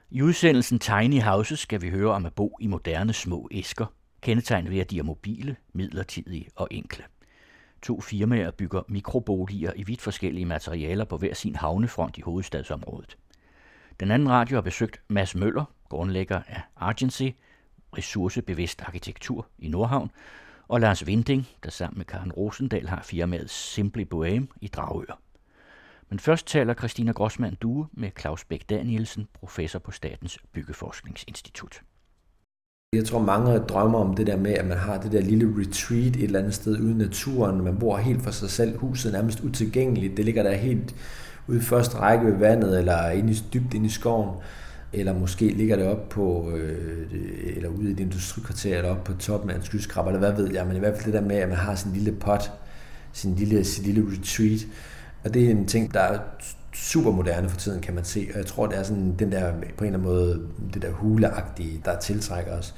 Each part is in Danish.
I udsendelsen Tiny Houses skal vi høre om at bo i moderne små æsker, kendetegnet ved at de er mobile, midlertidige og enkle. 2 firmaer bygger mikroboliger i vidt forskellige materialer på hver sin havnefront i hovedstadsområdet. Den anden radio har besøgt Mads Møller, grundlægger af Argency, ressourcebevidst arkitektur i Nordhavn, og Lars Winding, der sammen med Karen Rosendal har firmaet Simply Bohème i Dragør. Men først taler Christina Grossmann Due med Claus Bech Danielsen, professor på Statens Byggeforskningsinstitut. Jeg tror, mange drømmer om det der med, at man har det der lille retreat et eller andet sted ude i naturen. Man bor helt for sig selv. Huset er nærmest utilgængeligt. Det ligger der helt ude i første række ved vandet, eller dybt inde i skoven. Eller måske ligger det op på, eller ude i et industrikvarter, eller op på toppen af en skyskraber, eller hvad ved jeg. Men i hvert fald det der med, at man har sin lille pot, sit lille retreat. Og det er en ting, der er super moderne for tiden, kan man se. Og jeg tror, det er sådan den der, på en eller anden måde, det der huleagtige, der tiltrækker os.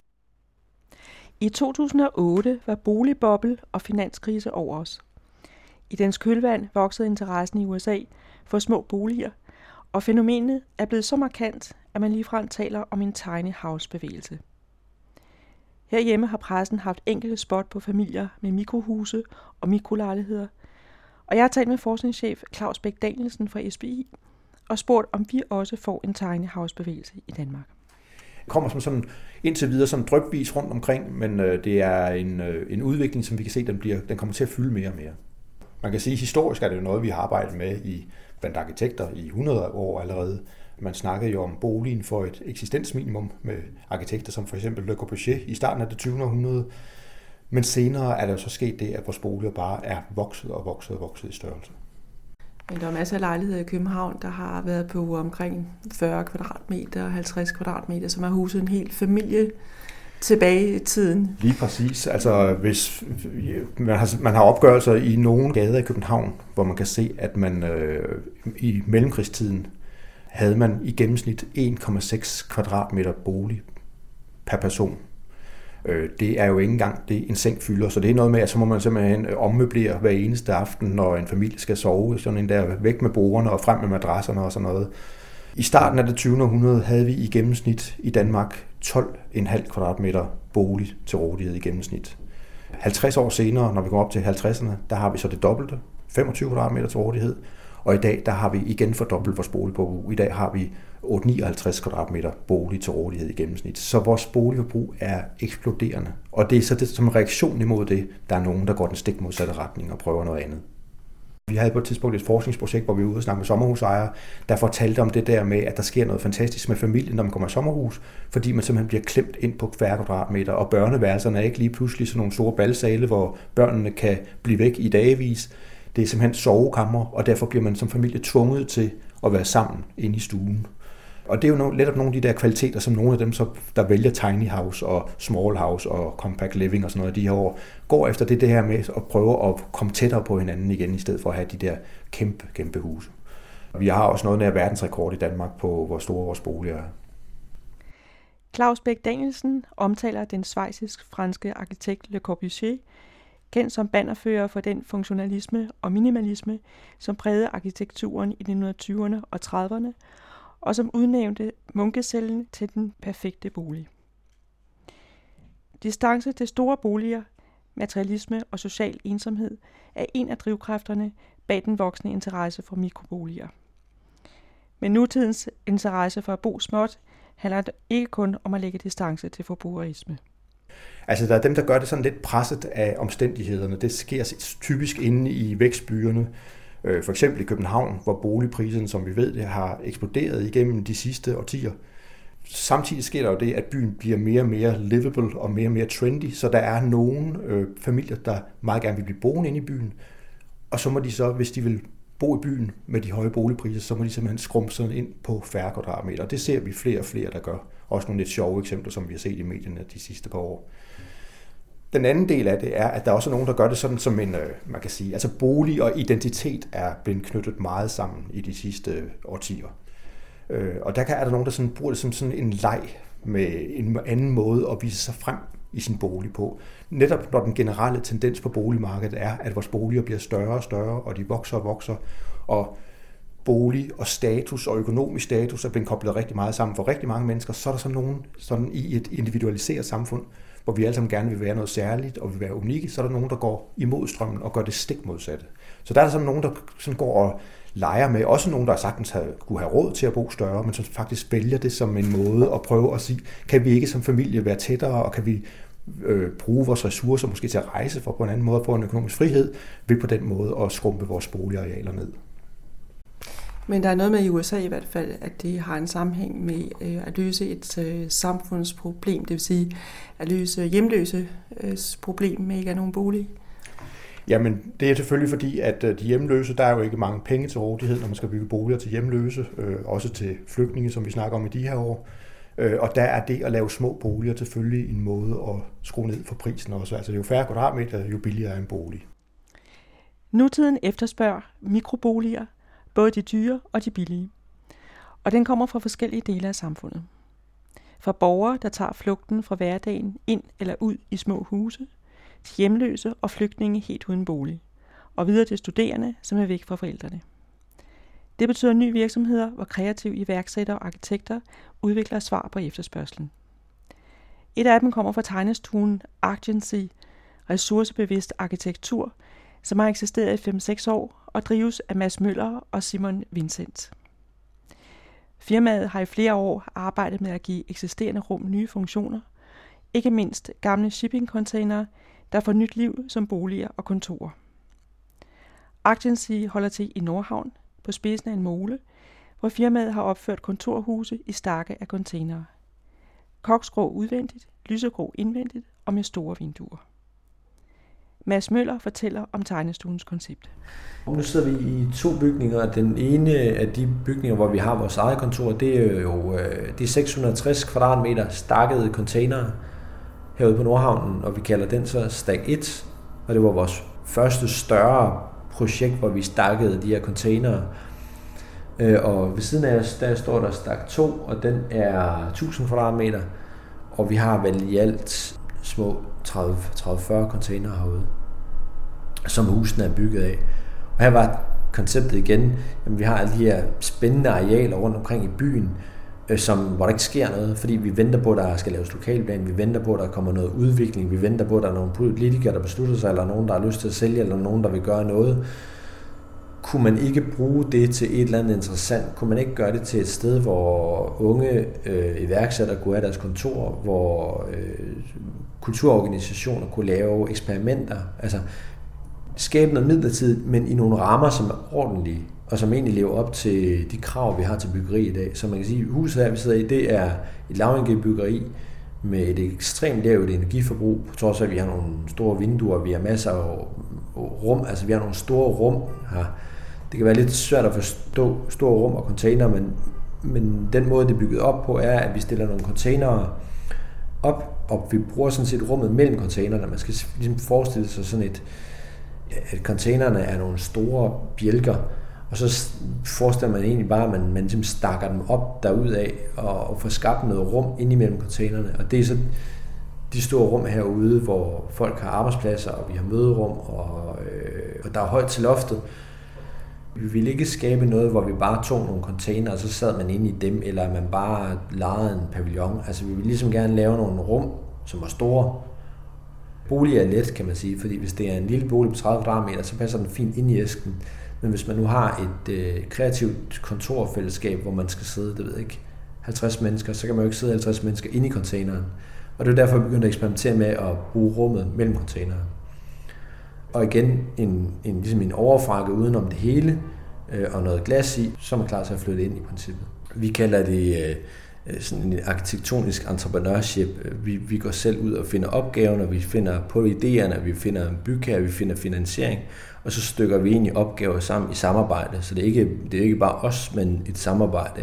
I 2008 var boligboble og finanskrise over os. I dens kølvand voksede interessen i USA for små boliger, og fænomenet er blevet så markant, at man ligefrem taler om en tiny house-bevægelse. Herhjemme har pressen haft enkelte spot på familier med mikrohuse og mikrolejligheder, og jeg har talt med forskningschef Claus Bech Danielsen fra SBI og spurgt, om vi også får en tiny house-bevægelse i Danmark. Det kommer som sådan indtil videre som drypvis rundt omkring, men det er en udvikling, som vi kan se, den kommer til at fylde mere og mere. Man kan sige, at historisk er det jo noget, vi har arbejdet med blandt arkitekter i 100 år allerede. Man snakkede jo om boligen for et eksistensminimum med arkitekter som for eksempel Le Corbusier i starten af det 20. århundrede. Men senere er der så sket det, at vores boliger bare er vokset i størrelse. Men der er masser af lejligheder i København, der har været på omkring 40 kvadratmeter, 50 kvadratmeter, som har huset en hel familie tilbage i tiden. Lige præcis. Altså, hvis man har opgørelser i nogle gader i København, hvor man kan se, at man i mellemkrigstiden havde man i gennemsnit 1,6 kvadratmeter bolig per person. Det er jo ikke engang det, en seng fylder, så det er noget med, at så må man simpelthen ommøblere hver eneste aften, når en familie skal sove, sådan en der væk med bordene og frem med madrasserne og sådan noget. I starten af det 20. århundrede havde vi i gennemsnit i Danmark 12,5 kvadratmeter bolig til rådighed i gennemsnit. 50 år senere, når vi går op til 50'erne, der har vi så det dobbelte, 25 kvadratmeter til rådighed. Og i dag, der har vi igen fordoblet vores boligforbrug. I dag har vi 59 kvadratmeter bolig til rådighed i gennemsnit. Så vores boligforbrug er eksploderende. Og det er så det som en reaktion imod det, der er nogen, der går den stik modsatte retning og prøver noget andet. Vi havde på et tidspunkt et forskningsprojekt, hvor vi var ude og snakke med sommerhusejere, der fortalte om det der med, at der sker noget fantastisk med familien, når man kommer i sommerhus, fordi man simpelthen bliver klemt ind på færre kvadratmeter, og børneværelserne er ikke lige pludselig sådan nogle store balsale, hvor børnene kan blive væk i dagevis. Det er simpelthen sovekammer, og derfor bliver man som familie tvunget til at være sammen inde i stuen. Og det er jo netop nogle af de der kvaliteter, som nogle af dem, der vælger tiny house og small house og compact living og sådan noget de her år, går efter det her med at prøve at komme tættere på hinanden igen, i stedet for at have de der kæmpe huse. Vi har også noget nær verdensrekord i Danmark på, hvor store vores boliger er. Claus Bech Danielsen omtaler den schweizisk-franske arkitekt Le Corbusier, kendt som bannerfører for den funktionalisme og minimalisme, som prægede arkitekturen i 1920'erne og 30'erne, og som udnævnte munkecellen til den perfekte bolig. Distance til store boliger, materialisme og social ensomhed er en af drivkræfterne bag den voksende interesse for mikroboliger. Men nutidens interesse for at bo småt handler ikke kun om at lægge distance til forbrugerisme. Altså, der er dem, der gør det sådan lidt presset af omstændighederne. Det sker typisk inde i vækstbyerne. For eksempel i København, hvor boligpriserne, som vi ved, det har eksploderet igennem de sidste årtier. Samtidig sker der jo det, at byen bliver mere og mere livable og mere trendy, så der er nogle familier, der meget gerne vil blive boende inde i byen, og så må de så, hvis de vil bo i byen med de høje boligpriser, så må de simpelthen skrumpe sådan ind på færre kvadratmeter. Det ser vi flere og flere, der gør. Også nogle lidt sjove eksempler, som vi har set i medierne de sidste par år. Den anden del af det er, at der også er nogen, der gør det sådan som en, man kan sige, altså bolig og identitet er blevet knyttet meget sammen i de sidste årtier. Og der er der nogen, der sådan bruger det som sådan en leg med en anden måde at vise sig frem i sin bolig på. Netop når den generelle tendens på boligmarkedet er, at vores boliger bliver større og større, og de vokser og vokser. Og bolig og status og økonomisk status er blevet koblet rigtig meget sammen for rigtig mange mennesker, så er der sådan nogen sådan i et individualiseret samfund, hvor vi alle sammen gerne vil være noget særligt og vil være unikke, så er der nogen, der går imod strømmen og gør det stik modsatte. Så der er sådan nogen, der sådan går og leger med, også nogen, der sagtens kunne have råd til at bo større, men som faktisk vælger det som en måde at prøve at sige, kan vi ikke som familie være tættere, og kan vi bruge vores ressourcer måske til at rejse for på en anden måde, få en økonomisk frihed, ved på den måde at skrumpe vores boligarealer ned. Men der er noget med i USA i hvert fald, at det har en sammenhæng med at løse et samfundsproblem, det vil sige at løse hjemløse problem med ikke at nogen bolig. Jamen, det er selvfølgelig fordi, at de hjemløse, der er jo ikke mange penge til rådighed, når man skal bygge boliger til hjemløse, også til flygtninge, som vi snakker om i de her år. Og der er det at lave små boliger selvfølgelig en måde at skrue ned for prisen også. Altså jo færre kvadratmeter, jo billigere er en bolig. Nutiden efterspørger mikroboliger, både de dyre og de billige. Og den kommer fra forskellige dele af samfundet. Fra borgere, der tager flugten fra hverdagen ind eller ud i små huse, til hjemløse og flygtninge helt uden bolig, og videre til studerende, som er væk fra forældrene. Det betyder nye virksomheder, hvor kreative iværksættere og arkitekter udvikler svar på efterspørgslen. Et af dem kommer fra tegnestuen Argency, ressourcebevidst arkitektur, som har eksisteret i 5-6 år og drives af Mads Møller og Simon Vincent. Firmaet har i flere år arbejdet med at give eksisterende rum nye funktioner, ikke mindst gamle shippingcontainere, der får nyt liv som boliger og kontorer. Argency holder til i Nordhavn, på spidsen af en mole, hvor firmaet har opført kontorhuse i stakke af containere. Koksgrå udvendigt, lysegrå indvendigt og med store vinduer. Mads Møller fortæller om tegnestuens koncept. Nu sidder vi i 2 bygninger. Den ene af de bygninger, hvor vi har vores eget kontor, det er jo de 660 kvadratmeter stakkede containere herude på Nordhavnen, og vi kalder den så Stak 1, og det var vores første større projekt, hvor vi stakkede de her containere. Og ved siden af os, der står der Stak 2, og den er 1000 kvadratmeter, og vi har vel i alt små 30-40 containere herude, som husene er bygget af. Og her var konceptet igen, jamen vi har alle de her spændende arealer rundt omkring i byen, hvor der ikke sker noget, fordi vi venter på, at der skal laves lokalplan, vi venter på, at der kommer noget udvikling, vi venter på, at der er nogle politikere, der beslutter sig, eller nogen, der har lyst til at sælge, eller nogen, der vil gøre noget. Kunne man ikke bruge det til et eller andet interessant? Kunne man ikke gøre det til et sted, hvor unge iværksættere kunne have deres kontor, hvor kulturorganisationer kunne lave eksperimenter, altså skabe noget midlertidigt, men i nogle rammer, som er ordentlige, og som egentlig lever op til de krav, vi har til byggeri i dag. Så man kan sige, at huset her, vi sidder i, det er et lavenergibyggeri med et ekstremt lavt energiforbrug, på trods af, at vi har nogle store vinduer, vi har masser af rum, altså vi har nogle store rum her. Det kan være lidt svært at forstå store rum og container, men den måde, det er bygget op på, er, at vi stiller nogle containere op, og vi bruger sådan set rummet mellem containerne. Man skal ligesom forestille sig sådan at containerne er nogle store bjælker, og så forestiller man egentlig bare, at man ligesom stakker dem op derudad og får skabt noget rum ind imellem containerne. Og det er så de store rum herude, hvor folk har arbejdspladser, og vi har møderum, og der er højt til loftet. Vi ville ikke skabe noget, hvor vi bare tog nogle container, og så sad man inde i dem, eller man bare lejede en pavillon. Altså vi ville ligesom gerne lave nogle rum, som var store. Bolig er let, kan man sige, fordi hvis det er en lille bolig på 30 kvadratmeter, så passer den fint ind i æsken. Men hvis man nu har et kreativt kontorfællesskab, hvor man skal sidde, det ved jeg ikke, 50 mennesker, så kan man jo ikke sidde 50 mennesker inde i containeren. Og det er derfor, vi begyndte at eksperimentere med at bruge rummet mellem containeren. Og igen, ligesom en overfrakke udenom det hele, og noget glas i, så er man klar til at flytte ind i princippet. Vi kalder det sådan en arkitektonisk entrepreneurship. Vi går selv ud og finder opgaven, og vi finder på idéerne, vi finder en bygherre, vi finder finansiering, og så stykker vi egentlig opgaver sammen i samarbejde. Så det er ikke bare os, men et samarbejde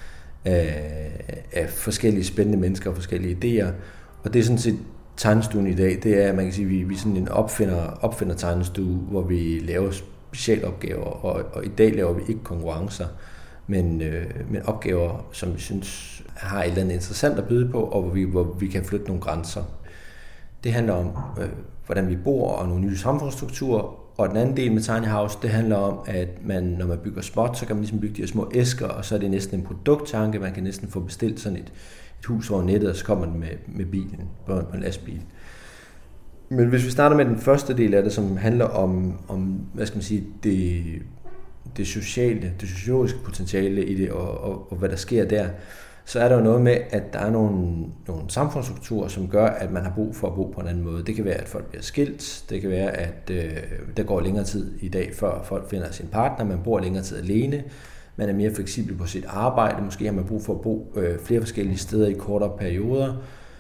af forskellige spændende mennesker og forskellige idéer. Og det er sådan set tegnestuen i dag, det er, at man kan sige, vi er sådan en opfinder tegnestue, hvor vi laver specialopgaver, og i dag laver vi ikke konkurrencer, men opgaver, som vi synes har et eller andet interessant at byde på, og hvor vi kan flytte nogle grænser. Det handler om, hvordan vi bor, og nogle nye samfundsstrukturer, Og den anden del med tiny house, det handler om, at man, når man bygger småt, så kan man ligesom bygge de her små æsker, og så er det næsten en produkttanke. Man kan næsten få bestilt sådan et hus over nettet, og så kommer den med bilen, på en lastbil. Men hvis vi starter med den første del af det, som handler om hvad skal man sige, det sociale, det sociologiske potentiale i det, og hvad der sker der, så er der jo noget med, at der er nogle samfundsstrukturer, som gør, at man har brug for at bo på en anden måde. Det kan være, at folk bliver skilt. Det kan være, at der går længere tid i dag, før folk finder sin partner. Man bor længere tid alene. Man er mere fleksibel på sit arbejde. Måske har man brug for at bo flere forskellige steder i kortere perioder.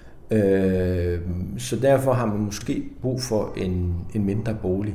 Så derfor har man måske brug for en mindre bolig.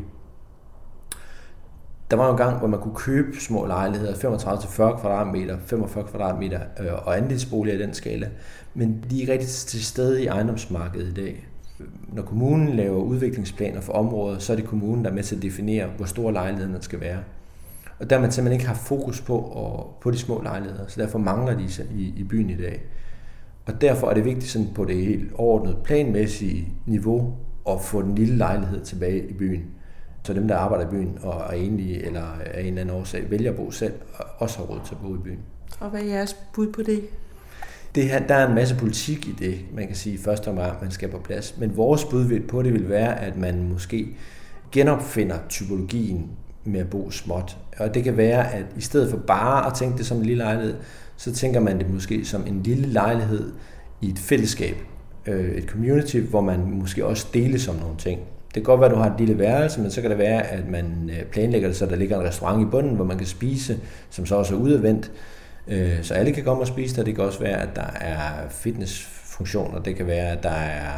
Der var jo en gang, hvor man kunne købe små lejligheder, 35-40 kvadratmeter, 45 kvadratmeter og andelsboliger i den skala. Men de er ikke rigtig til stede i ejendomsmarkedet i dag. Når kommunen laver udviklingsplaner for områder, så er det kommunen, der er med til at definere, hvor store lejlighederne skal være. Og der har man simpelthen ikke haft fokus på de små lejligheder, så derfor mangler de i byen i dag. Og derfor er det vigtigt sådan på det helt overordnede planmæssige niveau at få den lille lejlighed tilbage i byen. Så dem, der arbejder i byen og er enlige eller af en eller anden årsag vælger at bo selv, og også har råd til at bo i byen. Og hvad er jeres bud på det? Der er en masse politik i det, man kan sige først om, at man skal på plads. Men vores bud på det vil være, at man måske genopfinder typologien med at bo småt. Og det kan være, at i stedet for bare at tænke det som en lille lejlighed, så tænker man det måske som en lille lejlighed i et fællesskab. Et community, hvor man måske også deles om nogle ting. Det kan godt være, at du har et lille værelse, men så kan det være, at man planlægger det, så der ligger en restaurant i bunden, hvor man kan spise, som så også er udadvendt. Så alle kan komme og spise der. Det kan også være, at der er fitnessfunktioner. Det kan være, at der er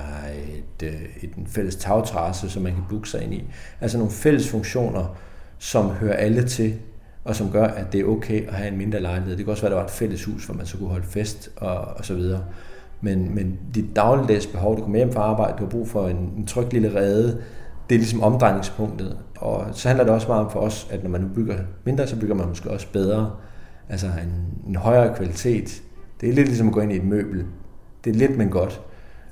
en fælles tagterrasse, som man kan booke sig ind i. Altså nogle fælles funktioner, som hører alle til, og som gør, at det er okay at have en mindre lejlighed. Det kan også være, at der var et fælles hus, hvor man så kunne holde fest og så videre. Men dit dagligdags behov, du kommer hjem fra arbejde, du har brug for en tryg lille rede, det er ligesom omdrejningspunktet. Og så handler det også meget om for os, at når man nu bygger mindre, så bygger man måske også bedre. Altså en højere kvalitet. Det er lidt ligesom at gå ind i et møbel. Det er lidt, men godt.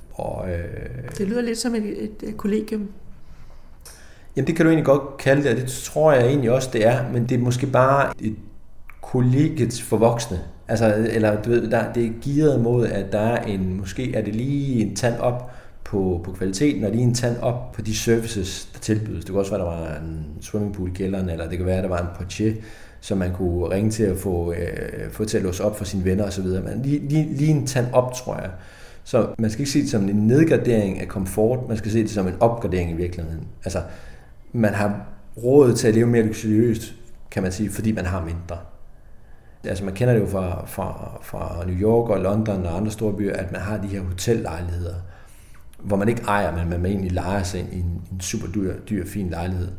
Det lyder lidt som et kollegium. Jamen det kan du egentlig godt kalde det, og det tror jeg egentlig også, det er. Men det er måske bare et kollegiet for voksne. Altså, eller du ved, det er gearet mod, at der er måske er det lige en tand op på kvaliteten, og lige en tand op på de services, der tilbydes. Det kan også være, der var en swimmingpool i kælderen, eller det kan være, der var en portier, som man kunne ringe til at få til at låse op for sine venner osv. Men lige en tand op, tror jeg. Så man skal ikke se det som en nedgradering af komfort, man skal se det som en opgradering i virkeligheden. Altså, man har råd til at leve mere luksuriøst, kan man sige, fordi man har mindre. Altså man kender det jo fra New York og London og andre store byer, at man har de her hotellejligheder, hvor man ikke ejer, men man egentlig lejer sig ind i en super dyr, fin lejlighed.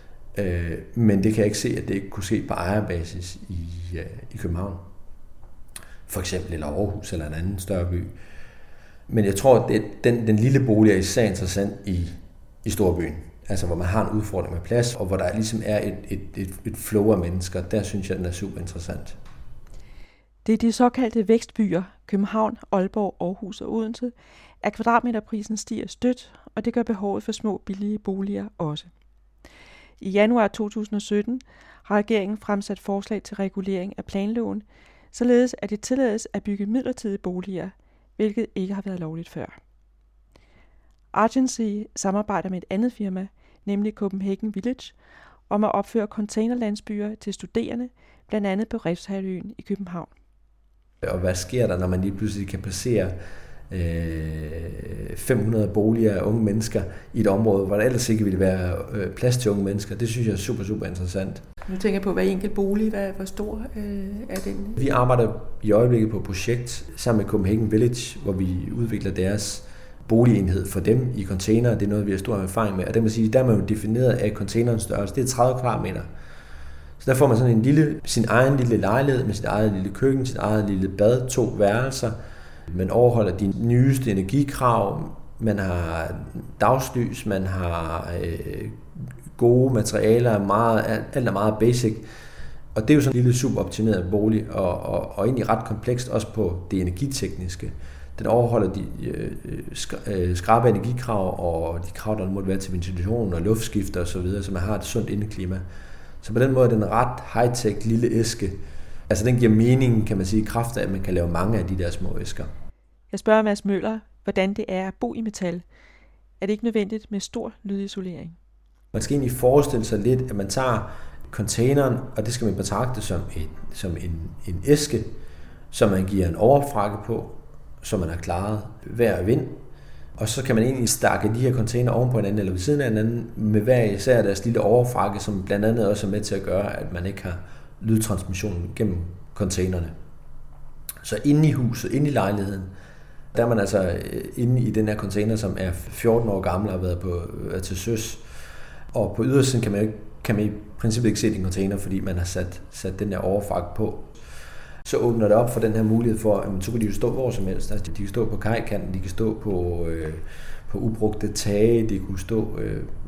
Men det kan jeg ikke se, at det ikke kunne ske på ejerbasis i København. For eksempel, eller Aarhus, eller en anden større by. Men jeg tror, at den lille bolig er især interessant i storbyen. Altså hvor man har en udfordring med plads, og hvor der ligesom er et flow af mennesker. Der synes jeg, den er super interessant. Det er de såkaldte vækstbyer, København, Aalborg, Aarhus og Odense, at kvadratmeterprisen stiger stødt, og det gør behovet for små billige boliger også. I januar 2017 har regeringen fremsat forslag til regulering af planloven, således at det tillades at bygge midlertidige boliger, hvilket ikke har været lovligt før. Argency samarbejder med et andet firma, nemlig Copenhagen Village, om at opføre containerlandsbyer til studerende, blandt andet på Refshaleøen i København. Og hvad sker der, når man lige pludselig kan placere 500 boliger af unge mennesker i et område, hvor der ellers ikke ville være plads til unge mennesker? Det synes jeg er super, super interessant. Nu tænker jeg på, hvad enkelt bolig, hvor stor er den? Vi arbejder i øjeblikket på et projekt sammen med Copenhagen Village, hvor vi udvikler deres boligenhed for dem i container. Det er noget, vi har stor erfaring med. Og det må sige, der er man jo defineret af containerens størrelse. Det er 30 kvadratmeter. Så der får man sådan sin egen lille lejlighed med sit eget lille køkken, sit eget lille bad, 2 værelser. Man overholder de nyeste energikrav. Man har dagslys, man har gode materialer, alt er meget basic. Og det er jo sådan en lille superoptimeret bolig, og egentlig ret komplekst også på det energitekniske. Den overholder de skrappe energikrav og de krav, der måtte være til ventilation og luftskifter osv., så man har et sundt indeklima. Så på den måde er den ret high-tech lille æske. Altså den giver mening, kan man sige, i kraft af, at man kan lave mange af de der små æsker. Jeg spørger Mads Møller, hvordan det er at bo i metal. Er det ikke nødvendigt med stor lydisolering? Man skal egentlig forestille sig lidt, at man tager containeren, og det skal man betragte som en æske, som man giver en overfrakke på, så man har klaret vejr og vind. Og så kan man egentlig stakke de her container oven på hinanden eller ved siden af hinanden med hver især deres lille overfrakke, som blandt andet også er med til at gøre, at man ikke har lydtransmission gennem containerne. Så inde i huset, inde i lejligheden, der er man altså inde i den her container, som er 14 år gammel og har været til søs. Og på ydersiden kan man i princippet ikke se din container, fordi man har sat den her overfrakke på. Så åbner det op for den her mulighed for, at så kan de jo stå hvor som helst. Altså, de kan stå på kajkanten, de kan stå på ubrugte tage, de kunne stå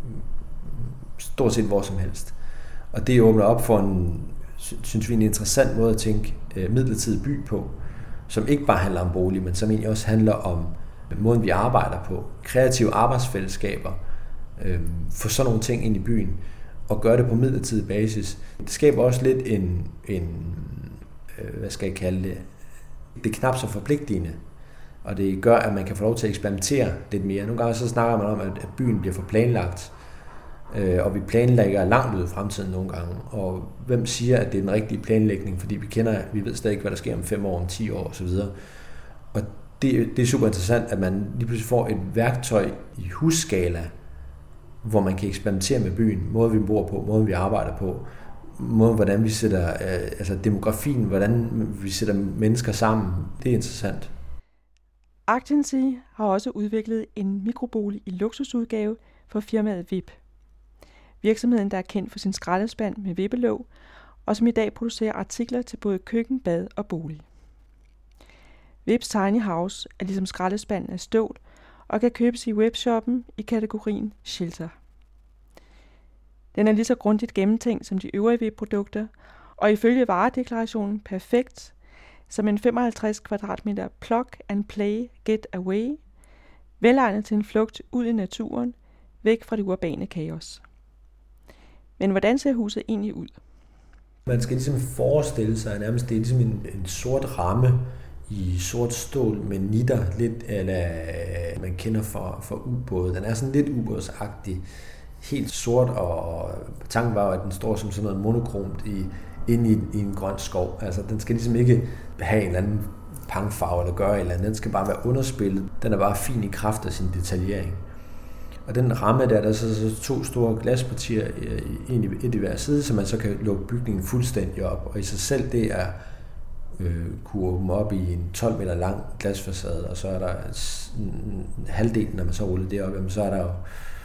stort set hvor som helst. Og det åbner op for synes vi, en interessant måde at tænke midlertidig by på, som ikke bare handler om bolig, men som egentlig også handler om måden, vi arbejder på. Kreative arbejdsfællesskaber, få sådan nogle ting ind i byen, og gøre det på midlertidig basis. Det skaber også lidt en hvad skal jeg kalde det? Det er knap så forpligtende, og det gør, at man kan få lov til at eksperimentere lidt mere. Nogle gange så snakker man om, at byen bliver for planlagt, og vi planlægger langt ud i fremtiden nogle gange. Og hvem siger, at det er den rigtige planlægning? Fordi vi ved stadig ikke, hvad der sker om 5 år, om 10 år osv. Og det er super interessant, at man lige pludselig får et værktøj i husskala, hvor man kan eksperimentere med byen, måden vi bor på, måden vi arbejder på, måden hvordan vi sætter, altså demografien, hvordan vi sætter mennesker sammen. Det er interessant. Arctancy har også udviklet en mikrobolig i luksusudgave for firmaet VIP. Virksomheden, der er kendt for sin skraldespand med vippelåg, og som i dag producerer artikler til både køkken, bad og bolig. VIPs Tiny House er ligesom skraldespanden af stål og kan købes i webshoppen i kategorien Shelter. Den er lige så grundigt gennemtænkt som de øvrige VIP-produkter, og ifølge varedeklarationen perfekt som en 55 kvadratmeter plug and play get away, velegnet til en flugt ud i naturen, væk fra det urbane kaos. Men hvordan ser huset egentlig ud? Man skal ligesom forestille sig, nærmest det er ligesom en sort ramme i sort stål med nitter, lidt eller man kender fra ubåde. Den er sådan lidt ubådsagtig, helt sort, og tanken var jo, at den står som sådan noget monokromt inde i en grøn skov. Altså den skal ligesom ikke have en eller anden pangfarve eller gøre et eller andet. Den skal bare være underspillet. Den er bare fin i kraft af sin detaljering. Og den ramme der er så 2 store glaspartier, et i hver side, så man så kan lukke bygningen fuldstændig op. Og i sig selv det er kunne åbne op i en 12 meter lang glasfacade, og så er der halvdelen, når man så ruller det op, så er der jo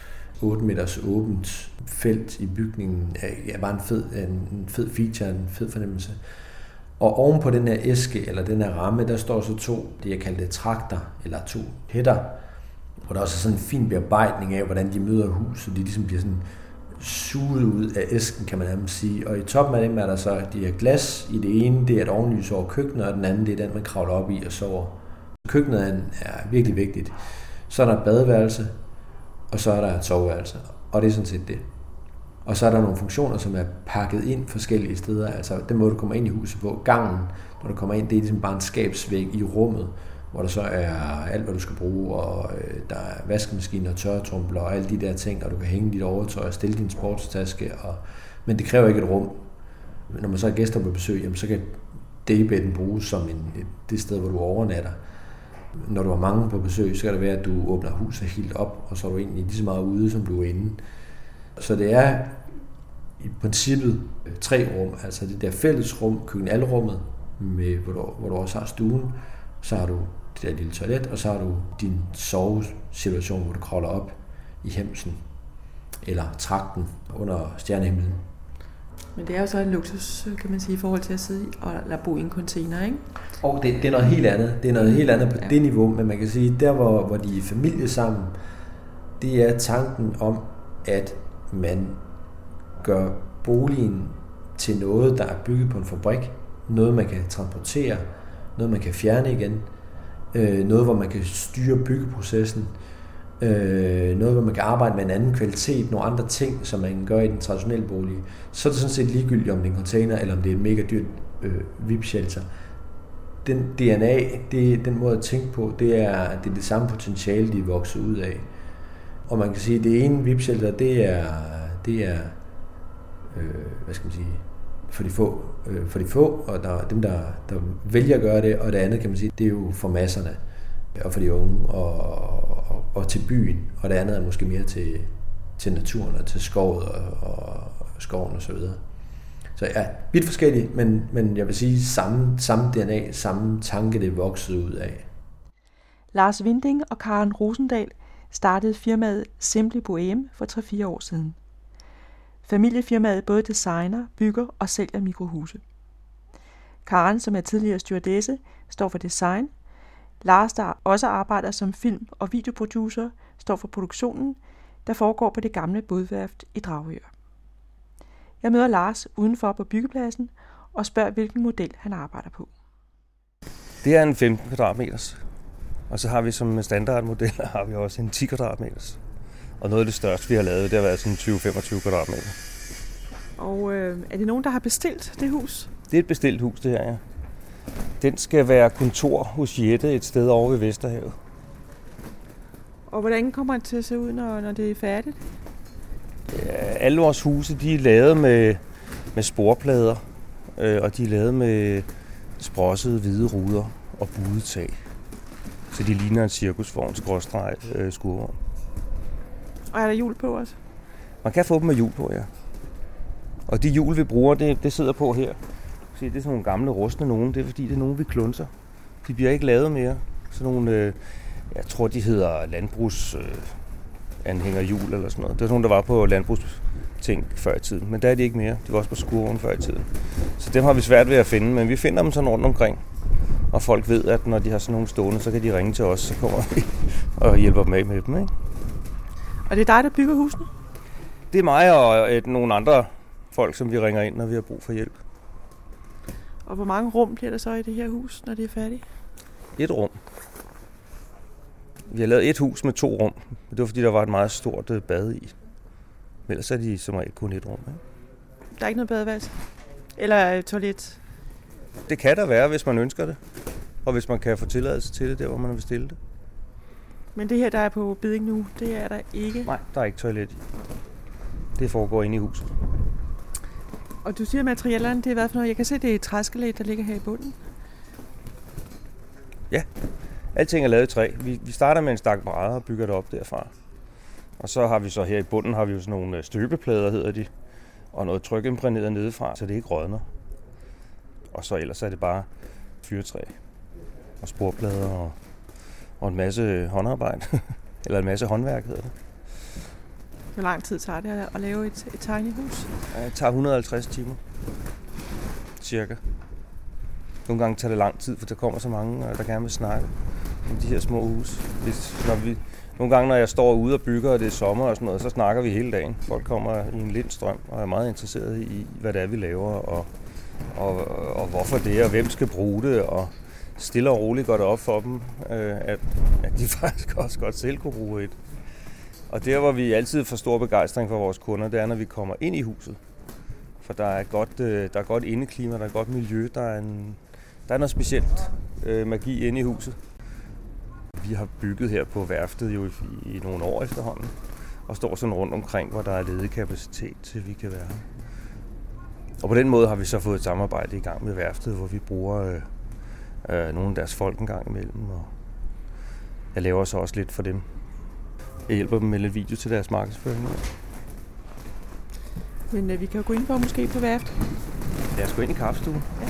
8 meters åbent felt i bygningen. Ja, bare en fed feature, en fed fornemmelse. Og oven på den her æske, eller den her ramme, der står så 2, det jeg kalder det trakter, eller 2 hætter, hvor der også er sådan en fin bearbejdning af, hvordan de møder huset. De ligesom bliver sådan suget ud af æsken, kan man nærmest sige. Og i toppen af dem er der så de her glas. I det ene, det er et ovenlys over køkkenet, og den anden, det er den, man kravler op i og sover. Køkkenet er virkelig vigtigt. Så er der et badeværelse, og så er der et soveværelse. Og det er sådan set det. Og så er der nogle funktioner, som er pakket ind forskellige steder. Altså den måde, du kommer ind i huset på. Gangen, når du kommer ind, det er ligesom bare en skabsvæg i rummet, hvor der så er alt, hvad du skal bruge, og der er vaskemaskiner og tørretumbler og alle de der ting, og du kan hænge dit overtøj og stille din sportstaske. Men det kræver ikke et rum. Når man så er gæster på besøg, jamen, så kan daybedden bruges som det sted, hvor du overnatter. Når du har mange på besøg, så kan det være, at du åbner huset helt op, og så er du egentlig lige så meget ude, som du er inde. Så det er i princippet 3 rum, altså det der fællesrum, køkkenalrummet, hvor du også har stuen, så har du det der lille toilet, og så har du din sovesituation, hvor du kravler op i hemsen, eller trakten under stjernehimlen. Men det er jo så en luksus, kan man sige, i forhold til at sidde eller bo i en container, ikke? Og det er noget helt andet. Det er noget helt andet på det niveau, men man kan sige, der hvor de er familie sammen, det er tanken om, at man gør boligen til noget, der er bygget på en fabrik, noget man kan transportere, noget man kan fjerne igen, noget hvor man kan styre byggeprocessen, noget hvor man kan arbejde med en anden kvalitet, nogle andre ting, som man gør i den traditionelle bolig, så er det sådan set ligegyldigt, om det er en container, eller om det er et mega dyrt VIP-shelter. Den DNA, den måde at tænke på, det er det samme potentiale, de er vokset ud af. Og man kan sige, at det ene VIP-shelter, det er hvad skal man sige, for de få, og der er dem, der vælger at gøre det, og det andet, kan man sige, det er jo for masserne, og for de unge, og til byen, og det andet er måske mere til naturen, og til skoven og så videre. Så ja, vidt forskellige, men jeg vil sige samme DNA, samme tanke, det er vokset ud af. Lars Winding og Karen Rosendal startede firmaet Simply Bohème for 3-4 år siden. Familiefirmaet både designer, bygger og sælger mikrohuse. Karen, som er tidligere stewardesse, står for design. Lars, der også arbejder som film- og videoproducer, står for produktionen, der foregår på det gamle bådværft i Dragør. Jeg møder Lars udenfor på byggepladsen og spørger, hvilken model han arbejder på. Det er en 15 kvadratmeters. Og så har vi som standardmodel har vi også en 10 kvadratmeters. Og noget af det største, vi har lavet, det har været sådan 20-25 kvadratmeter. Og er det nogen, der har bestilt det hus? Det er et bestilt hus, det her, ja. Den skal være kontor hos Jette et sted over ved Vesterhavet. Og hvordan kommer det til at se ud, når det er færdigt? Ja, alle vores huse, de er lavet med sporplader, og de er lavet med sprossede hvide ruder og buet tag. Så de ligner en cirkusvogn, skurvogn. Og er der hjul på også? Man kan få dem med hjul på, ja. Og de hjul, vi bruger, det sidder på her. Se, det er sådan nogle gamle rustne nogen. Det er fordi, det er nogen, vi klunser. De bliver ikke lavet mere. Sådan nogle, jeg tror, de hedder landbrugsanhængerhjul eller sådan noget. Det var sådan nogle, der var på landbrugsting før i tiden. Men der er de ikke mere. De var også på skurvogn før i tiden. Så dem har vi svært ved at finde, men vi finder dem sådan rundt omkring. Og folk ved, at når de har sådan nogle stående, så kan de ringe til os, så kommer vi og hjælper dem af med dem, ikke? Og det er dig, der bygger husene? Det er mig og nogle andre folk, som vi ringer ind, når vi har brug for hjælp. Og hvor mange rum bliver der så i det her hus, når det er færdigt? 1 rum. Vi har lavet 1 hus med 2 rum. Det var fordi, der var et meget stort bad i. Ellers er de som regel kun 1 rum. Ikke? Der er ikke noget badeværelse? Eller toilet? Det kan der være, hvis man ønsker det. Og hvis man kan få tilladelse til det, der hvor man vil stille det. Men det her, der er på Bidding nu, det er der ikke? Nej, der er ikke toilet i. Det foregår inde i huset. Og du siger, materialerne, det er hvad for noget? Jeg kan se, det er et træskelet, der ligger her i bunden. Ja, alting er lavet i træ. Vi starter med en stak brædder og bygger det op derfra. Og så har vi så her i bunden, har vi jo sådan nogle støbeplader, hedder de. Og noget trykimprægneret nedefra, så det ikke rådner. Og så ellers er det bare fyrtræ og sporplader og en masse håndarbejde. Eller en masse håndværk, hedder det. Hvor lang tid tager det at lave et tiny hus? Det tager 150 timer. Cirka. Nogle gange tager det lang tid, for der kommer så mange, der gerne vil snakke om de her små hus. Nogle gange, når jeg står ude og bygger, og det er sommer og sådan noget, så snakker vi hele dagen. Folk kommer i en lindstrøm og er meget interesserede i, hvad det er, vi laver, og hvorfor det, og hvem skal bruge det, og stille og roligt går det op for dem, at de faktisk også godt selv kunne bruge et. Og der, hvor vi altid får stor begejstring for vores kunder, det er, når vi kommer ind i huset. For der er godt indeklima, der er godt miljø, der er noget specielt magi inde i huset. Vi har bygget her på værftet jo i nogle år efterhånden, og står sådan rundt omkring, hvor der er ledig kapacitet til, vi kan være her. Og på den måde har vi så fået et samarbejde i gang med værftet, hvor vi bruger nogle af deres folk en gang imellem, og jeg laver så også lidt for dem. Jeg hjælper dem med lidt video til deres markedsføring. Men vi kan jo gå ind måske på værftet. Lad os gå ind i kaffestuen. Ja.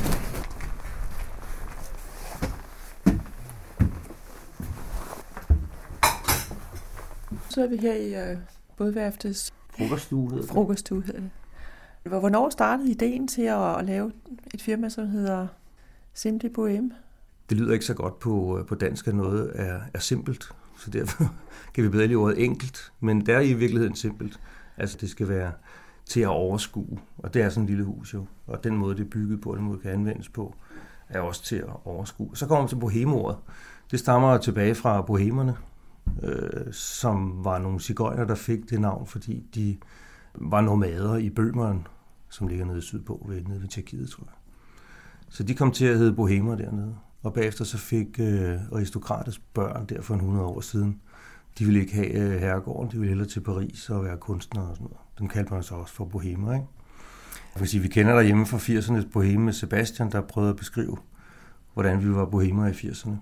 Så er vi her i bådværftets frokoststue hedder det. Hvornår startede ideen til at lave et firma, som hedder Simply Bohème? Det lyder ikke så godt på dansk, at noget er simpelt, så derfor kan vi bedre lide ordet enkelt, men det er i virkeligheden simpelt. Altså det skal være til at overskue. Og det er sådan et lille hus jo. Og den måde, det er bygget på, den måde, det kan anvendes på, er også til at overskue. Så kommer man til bohemeordet. Det stammer tilbage fra bohemerne, som var nogle sigøjner, der fik det navn, fordi de var nomader i Bøhmeren, som ligger nede sydpå, nede ved Tjekkiet, tror jeg. Så de kom til at hedde bohemer dernede. Og bagefter så fik aristokratets børn der for 100 år siden, de ville ikke have herregården, de ville hellere til Paris og være kunstnere og sådan noget. Dem kaldte man så også for bohemer, ikke? Jeg vil sige, vi kender derhjemme fra 80'ernes boheme med Sebastian, der prøvede at beskrive, hvordan vi var bohemer i 80'erne.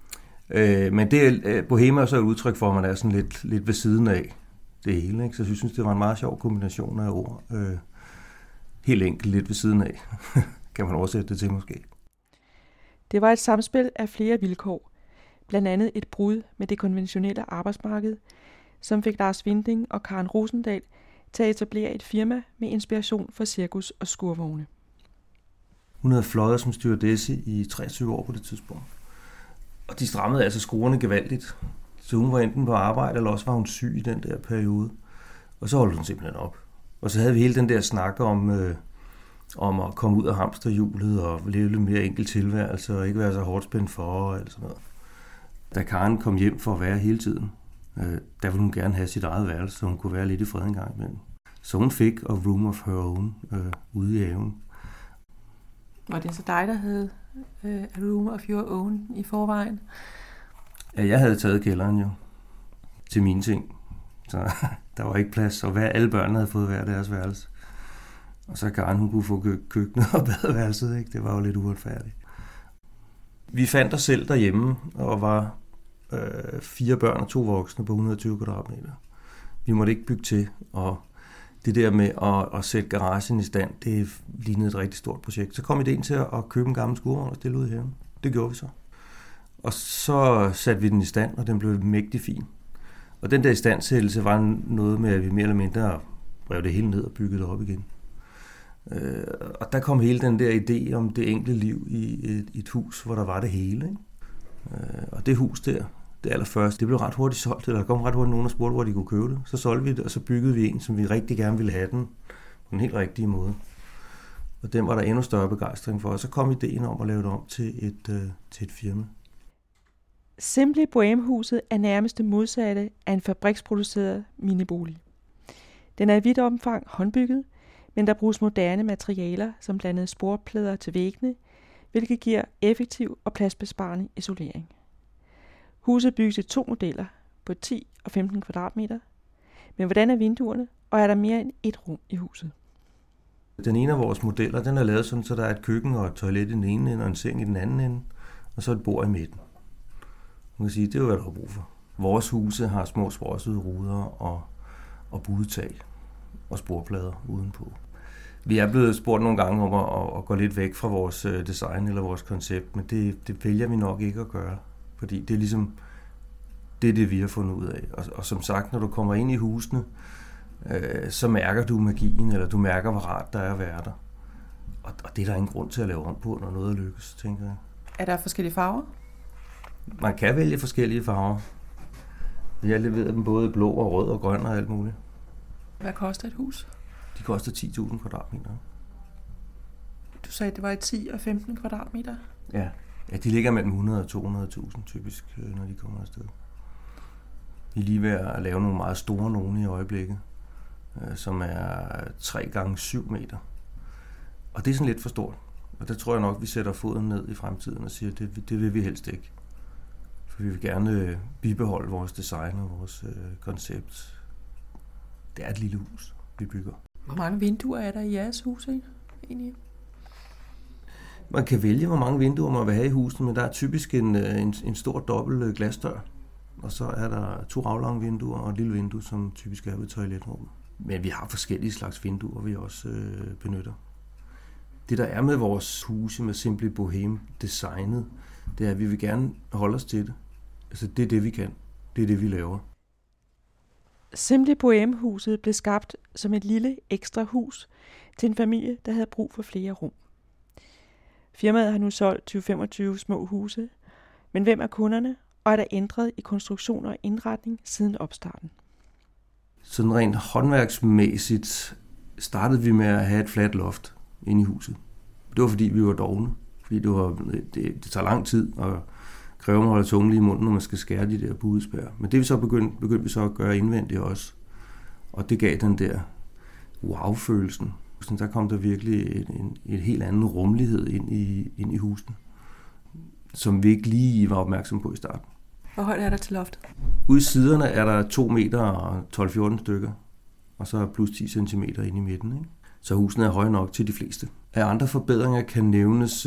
Men det bohemer er så et udtryk for, at man er sådan lidt ved siden af det hele, ikke? Så jeg synes, det var en meget sjov kombination af ord. Helt enkelt lidt ved siden af, kan man oversætte det til måske. Det var et samspil af flere vilkår, blandt andet et brud med det konventionelle arbejdsmarked, som fik Lars Winding og Karen Rosendahl til at etablere et firma med inspiration for cirkus og skurvogne. Hun havde fløjet som stewardesse i 23 år på det tidspunkt. Og de strammede altså skruerne gevaldigt. Så hun var enten på arbejde, eller også var hun syg i den der periode. Og så holdt hun simpelthen op. Og så havde vi hele den der snak om at komme ud af hamsterhjulet og leve lidt mere enkel tilværelse og ikke være så hårdt spændt for og alt sådan noget. Da Karen kom hjem for at være hele tiden, der ville hun gerne have sit eget værelse, så hun kunne være lidt i fred en gang imellem. Så hun fik a room of her own ude i haven. Var det så dig, der havde a room of your own i forvejen? Ja, jeg havde taget kælderen jo til mine ting. Så der var ikke plads, og alle børnene havde fået hver deres værelse. Og så Karen, hun kunne få køkkenet og badeværelset, ikke? Det var jo lidt uretfærdigt. Vi fandt os selv derhjemme, og var 4 børn og 2 voksne på 120 kvadratmeter. Vi måtte ikke bygge til, og det der med at sætte garagen i stand, det lignede et rigtig stort projekt. Så kom ideen til at købe en gammel skurvogn og stille ud i haven. Det gjorde vi så. Og så satte vi den i stand, og den blev mægtig fin. Og den der istandsættelse var noget med, at vi mere eller mindre rev det hele ned og byggede det op igen. Og der kom hele den der idé om det enkelte liv i et hus, hvor der var det hele. Ikke? Og det hus der, det allerførste, det blev ret hurtigt solgt, eller der kom ret hurtigt nogen og spurgte, hvor de kunne købe det. Så solgte vi det, og så byggede vi en, som vi rigtig gerne ville have den på den helt rigtige måde. Og den var der endnu større begejstring for, og så kom ideen om at lave det om til et firma. Simply Bohème-huset er nærmest det modsatte af en fabriksproduceret minibolig. Den er i vidt omfang håndbygget, men der bruges moderne materialer som blandt andet sporplader til væggene, hvilket giver effektiv og pladsbesparende isolering. Huset bygges i 2 modeller på 10 og 15 kvadratmeter. Men hvordan er vinduerne, og er der mere end et rum i huset? Den ene af vores modeller, den er lavet sådan, så der er et køkken og et toilet i den ene ende og en seng i den anden ende, og så et bord i midten. Man kan sige, det er jo, hvad der er brug for. Vores huse har små sprossede ruder og budetag og sporplader udenpå. Vi er blevet spurgt nogle gange om at gå lidt væk fra vores design eller vores koncept, men det vælger vi nok ikke at gøre, fordi det er ligesom det, vi har fundet ud af. Og som sagt, når du kommer ind i husene, så mærker du magien, eller du mærker, hvor rart der er at være der. Og det er der ingen grund til at lave om på, når noget lykkes, tænker jeg. Er der forskellige farver? Man kan vælge forskellige farver. Vi har leveret dem både blå og rød og grøn og alt muligt. Hvad koster et hus? De koster 10.000 kvadratmeter. Du sagde, det var i 10 og 15 kvadratmeter? Ja, de ligger mellem 100 og 200.000 typisk, når de kommer afsted. Vi er lige ved at lave nogle meget store nogle i øjeblikket, som er 3x7 meter. Og det er sådan lidt for stort. Og der tror jeg nok, vi sætter foden ned i fremtiden og siger, at det vil vi helst ikke. For vi vil gerne bibeholde vores design og vores koncept. Det er et lille hus, vi bygger. Hvor mange vinduer er der i jeres hus egentlig? Man kan vælge, hvor mange vinduer man vil have i huset, men der er typisk en stor dobbelt glasdør. Og så er der 2 aflange vinduer og et lille vindue, som typisk er ved toiletrummet. Men vi har forskellige slags vinduer, vi også benytter. Det, der er med vores huse med Simply Bohème designet, det er, at vi vil gerne holde os til det. Altså, det er det, vi kan. Det er det, vi laver. Simply Bohème-huset blev skabt som et lille ekstra hus til en familie, der havde brug for flere rum. Firmaet har nu solgt 20-25 små huse, men hvem er kunderne, og er der ændret i konstruktion og indretning siden opstarten? Sådan rent håndværksmæssigt startede vi med at have et fladt loft inde i huset. Det var fordi, vi var dovne. Fordi det tager lang tid, og kræver, at holde tungen lige i munden, når man skal skære de der budespær. Men det vi så begyndte vi så at gøre indvendigt også. Og det gav den der wow-følelsen. Så der kom der virkelig et helt anden rummelighed ind i husene, som vi ikke lige var opmærksom på i starten. Hvor højt er der til loftet? Ude i siderne er der 2 meter og 12-14 stykker, og så plus 10 cm inde i midten. Ikke? Så husene er høje nok til de fleste. Af andre forbedringer kan nævnes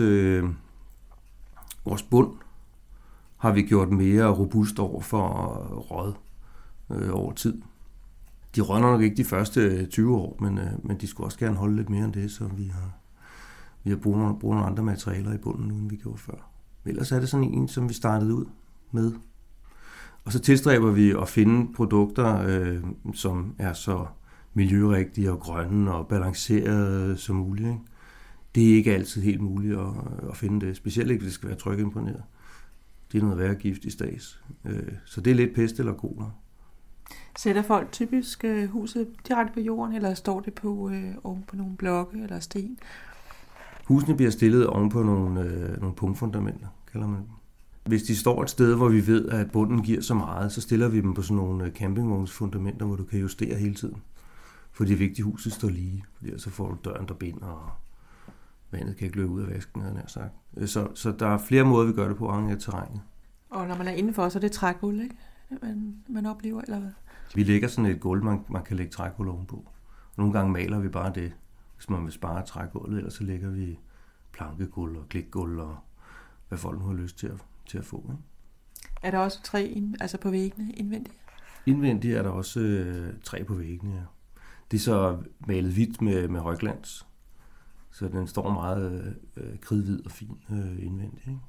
vores bund har vi gjort mere robust over for råd over tid. De rønner nok ikke de første 20 år, men de skulle også gerne holde lidt mere end det, så vi har brugt nogle andre materialer i bunden nu, end vi gjorde før. Ellers er det sådan en, som vi startede ud med. Og så tilstræber vi at finde produkter, som er så miljørigtige og grønne og balancerede som muligt. Ikke? Det er ikke altid helt muligt at finde det, specielt ikke, hvis det skal være trykimponeret. Det er noget værre gift i stads. Så det er lidt pest eller kolera. Sætter folk typisk huset direkte på jorden, eller står det oven på nogle blokke eller sten? Husene bliver stillet oven på nogle punktfundamenter, kalder man dem. Hvis de står et sted, hvor vi ved, at bunden giver så meget, så stiller vi dem på sådan nogle campingvognsfundamenter, hvor du kan justere hele tiden. For det er vigtigt, at huset står lige, fordi så får du døren, der binder, og vandet kan ikke løbe ud af vasken, havde jeg sagt. Så der er flere måder, vi gør det på, afhængig af terrænet. Og når man er indenfor, så er det trægulv, ikke? Man oplever, eller hvad? Vi lægger sådan et gulv, man kan lægge trægulv ovenpå. Nogle gange maler vi bare det, hvis man vil spare trægulvet, eller så lægger vi plankegulv og klikgulv, og hvad folk nu har lyst til at få. Ikke? Er der også træ på væggene indvendigt? Indvendigt er der også træ på væggene, ja. Det er så malet hvidt med højglans, så den står meget kridhvid og fin indvendigt. Ikke?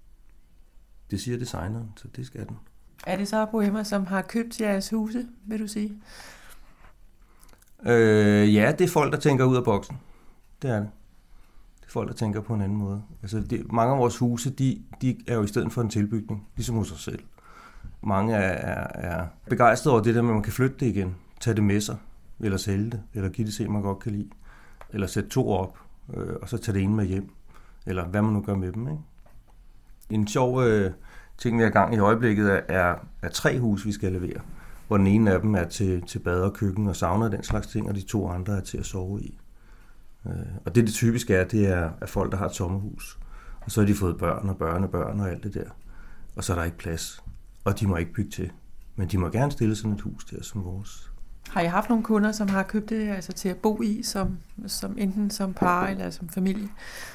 Det siger designeren, så det skal den. Er det så bohemer, som har købt jeres huse, vil du sige? Ja, det er folk, der tænker ud af boksen. Det er det. Det er folk, der tænker på en anden måde. Altså, mange af vores huse, de er jo i stedet for en tilbygning, ligesom hos os selv. Mange er begejstrede over det der med, at man kan flytte det igen, tage det med sig, eller sælge det, eller give det se, man godt kan lide, eller sætte 2 op, og så tage det ene med hjem, eller hvad man nu gør med dem. Ikke? En sjov ting, vi har gang i øjeblikket, er 3 huse, vi skal levere, hvor den ene af dem er til bad og køkken og sauna og den slags ting, og de 2 andre er til at sove i. Og det typiske er, det er folk, der har et sommerhus, og så har de fået børn og børnebørn og alt det der, og så er der ikke plads, og de må ikke bygge til, men de må gerne stille sådan et hus der som vores. Har I haft nogle kunder, som har købt det altså til at bo i, som enten som par eller som familie?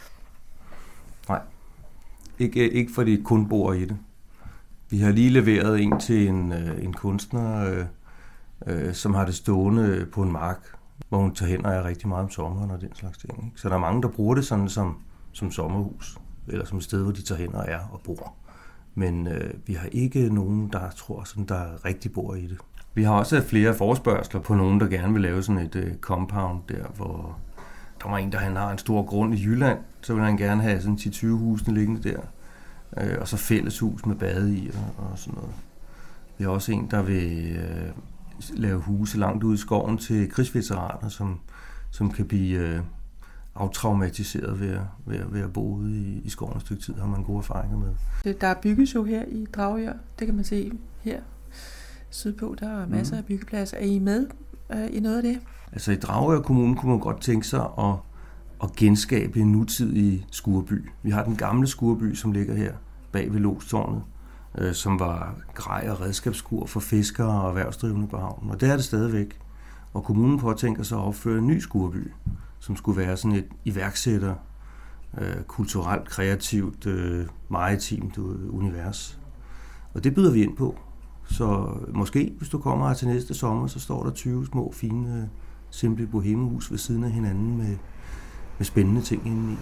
Nej, ikke fordi de kun bor i det. Vi har lige leveret en til en kunstner, som har det stående på en mark, hvor hun tager hen og er rigtig meget om sommeren og den slags ting. Ikke? Så der er mange, der bruger det sådan som sommerhus, eller som et sted, hvor de tager hen og er og bor. Men vi har ikke nogen, der tror, sådan, der rigtig bor i det. Vi har også flere forespørgsler på nogen, der gerne vil lave sådan et compound der, hvor der var en, der han har en stor grund i Jylland, så vil han gerne have sådan 10-20 husene liggende der, og så fælleshus med bade i og sådan noget. Vi har også en, der vil lave huse langt ude i skoven til krigsveteraner, som kan blive aftraumatiseret ved at bo ude i skoven et stykke tid, har man gode erfaringer med. Der bygges jo her i Dragør, det kan man se her sydpå, der er masser af byggepladser. Er I med i noget af det? Altså i Dragør Kommune kunne man godt tænke sig at genskabe en nutidig skurby. Vi har den gamle skurby, som ligger her bag ved Lostårnet, som var grej- og redskabsskur for fiskere og erhvervsdrivende på havnen. Og det er det stadigvæk. Og kommunen påtænker sig at opføre en ny skurby, som skulle være sådan et iværksætter, kulturelt, kreativt, maritimt univers. Og det byder vi ind på. Så måske, hvis du kommer her til næste sommer, så står der 20 små, fine, simple bohemehus ved siden af hinanden med spændende ting indeni.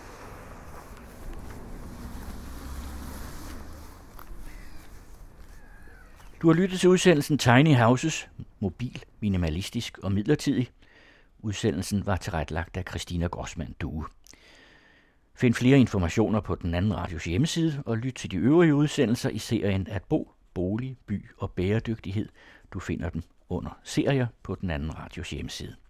Du har lyttet til udsendelsen Tiny Houses, mobil, minimalistisk og midlertidig. Udsendelsen var tilrettelagt af Christina Grossmann Due. Find flere informationer på Den Anden Radios hjemmeside og lyt til de øvrige udsendelser i serien At bo, bolig, by og bæredygtighed. Du finder dem under serier på Den Anden Radios hjemmeside.